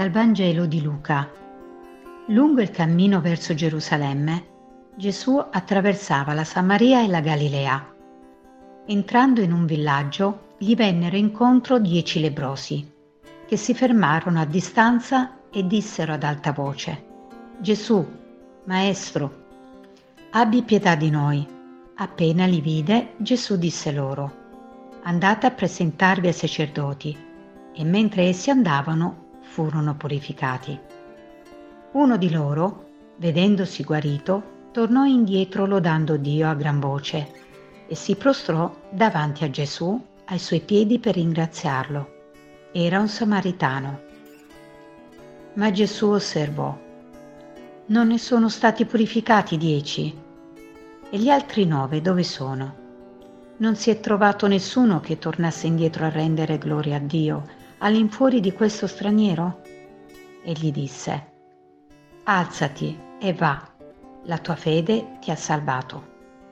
Dal Vangelo di Luca. Lungo il cammino verso Gerusalemme, Gesù attraversava la Samaria e la Galilea. Entrando in un villaggio, gli vennero incontro 10 lebbrosi, che si fermarono a distanza e dissero ad alta voce: «Gesù, Maestro, abbi pietà di noi». Appena li vide, Gesù disse loro: «Andate a presentarvi ai sacerdoti». E mentre essi andavano, furono purificati. Uno di loro, vedendosi guarito, tornò indietro lodando Dio a gran voce e si prostrò davanti a Gesù ai suoi piedi per ringraziarlo. Era un samaritano. Ma Gesù osservò: «Non ne sono stati purificati 10? E gli altri 9 dove sono? Non si è trovato nessuno che tornasse indietro a rendere gloria a Dio all'infuori di questo straniero?» E gli disse: «Alzati e va, la tua fede ti ha salvato».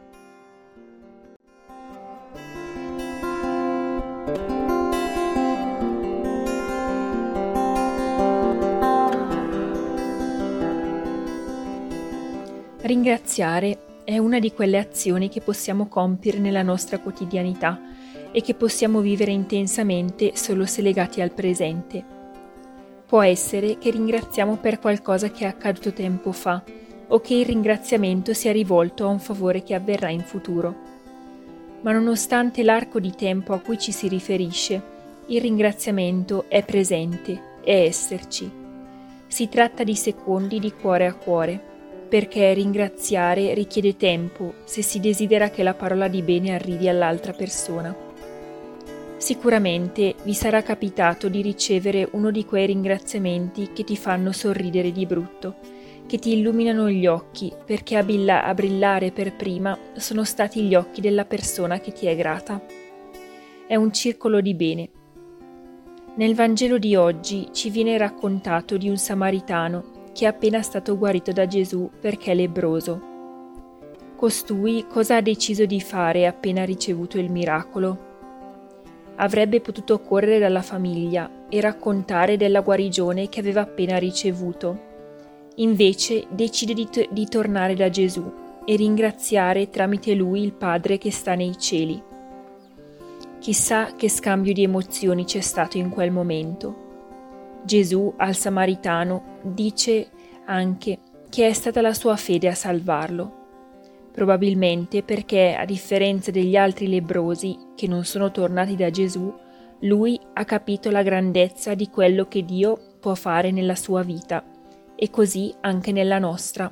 Ringraziare è una di quelle azioni che possiamo compiere nella nostra quotidianità e che possiamo vivere intensamente solo se legati al presente. Può essere che ringraziamo per qualcosa che è accaduto tempo fa o che il ringraziamento sia rivolto a un favore che avverrà in futuro. Ma nonostante l'arco di tempo a cui ci si riferisce, il ringraziamento è presente, è esserci. Si tratta di secondi di cuore a cuore, perché ringraziare richiede tempo se si desidera che la parola di bene arrivi all'altra persona. Sicuramente vi sarà capitato di ricevere uno di quei ringraziamenti che ti fanno sorridere di brutto, che ti illuminano gli occhi perché a brillare per prima sono stati gli occhi della persona che ti è grata. È un circolo di bene. Nel Vangelo di oggi ci viene raccontato di un samaritano che è appena stato guarito da Gesù perché è lebbroso. Costui cosa ha deciso di fare appena ricevuto il miracolo? Avrebbe potuto correre dalla famiglia e raccontare della guarigione che aveva appena ricevuto. Invece decide di tornare da Gesù e ringraziare tramite lui il Padre che sta nei cieli. Chissà che scambio di emozioni c'è stato in quel momento. Gesù al samaritano dice anche che è stata la sua fede a salvarlo. Probabilmente perché, a differenza degli altri lebbrosi che non sono tornati da Gesù, lui ha capito la grandezza di quello che Dio può fare nella sua vita e così anche nella nostra.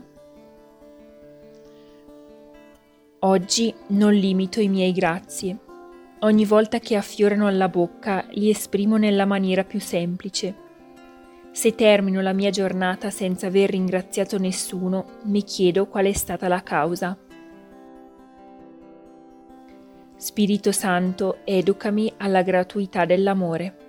Oggi non limito i miei grazie. Ogni volta che affiorano alla bocca li esprimo nella maniera più semplice. Se termino la mia giornata senza aver ringraziato nessuno, mi chiedo qual è stata la causa. Spirito Santo, educami alla gratuità dell'amore.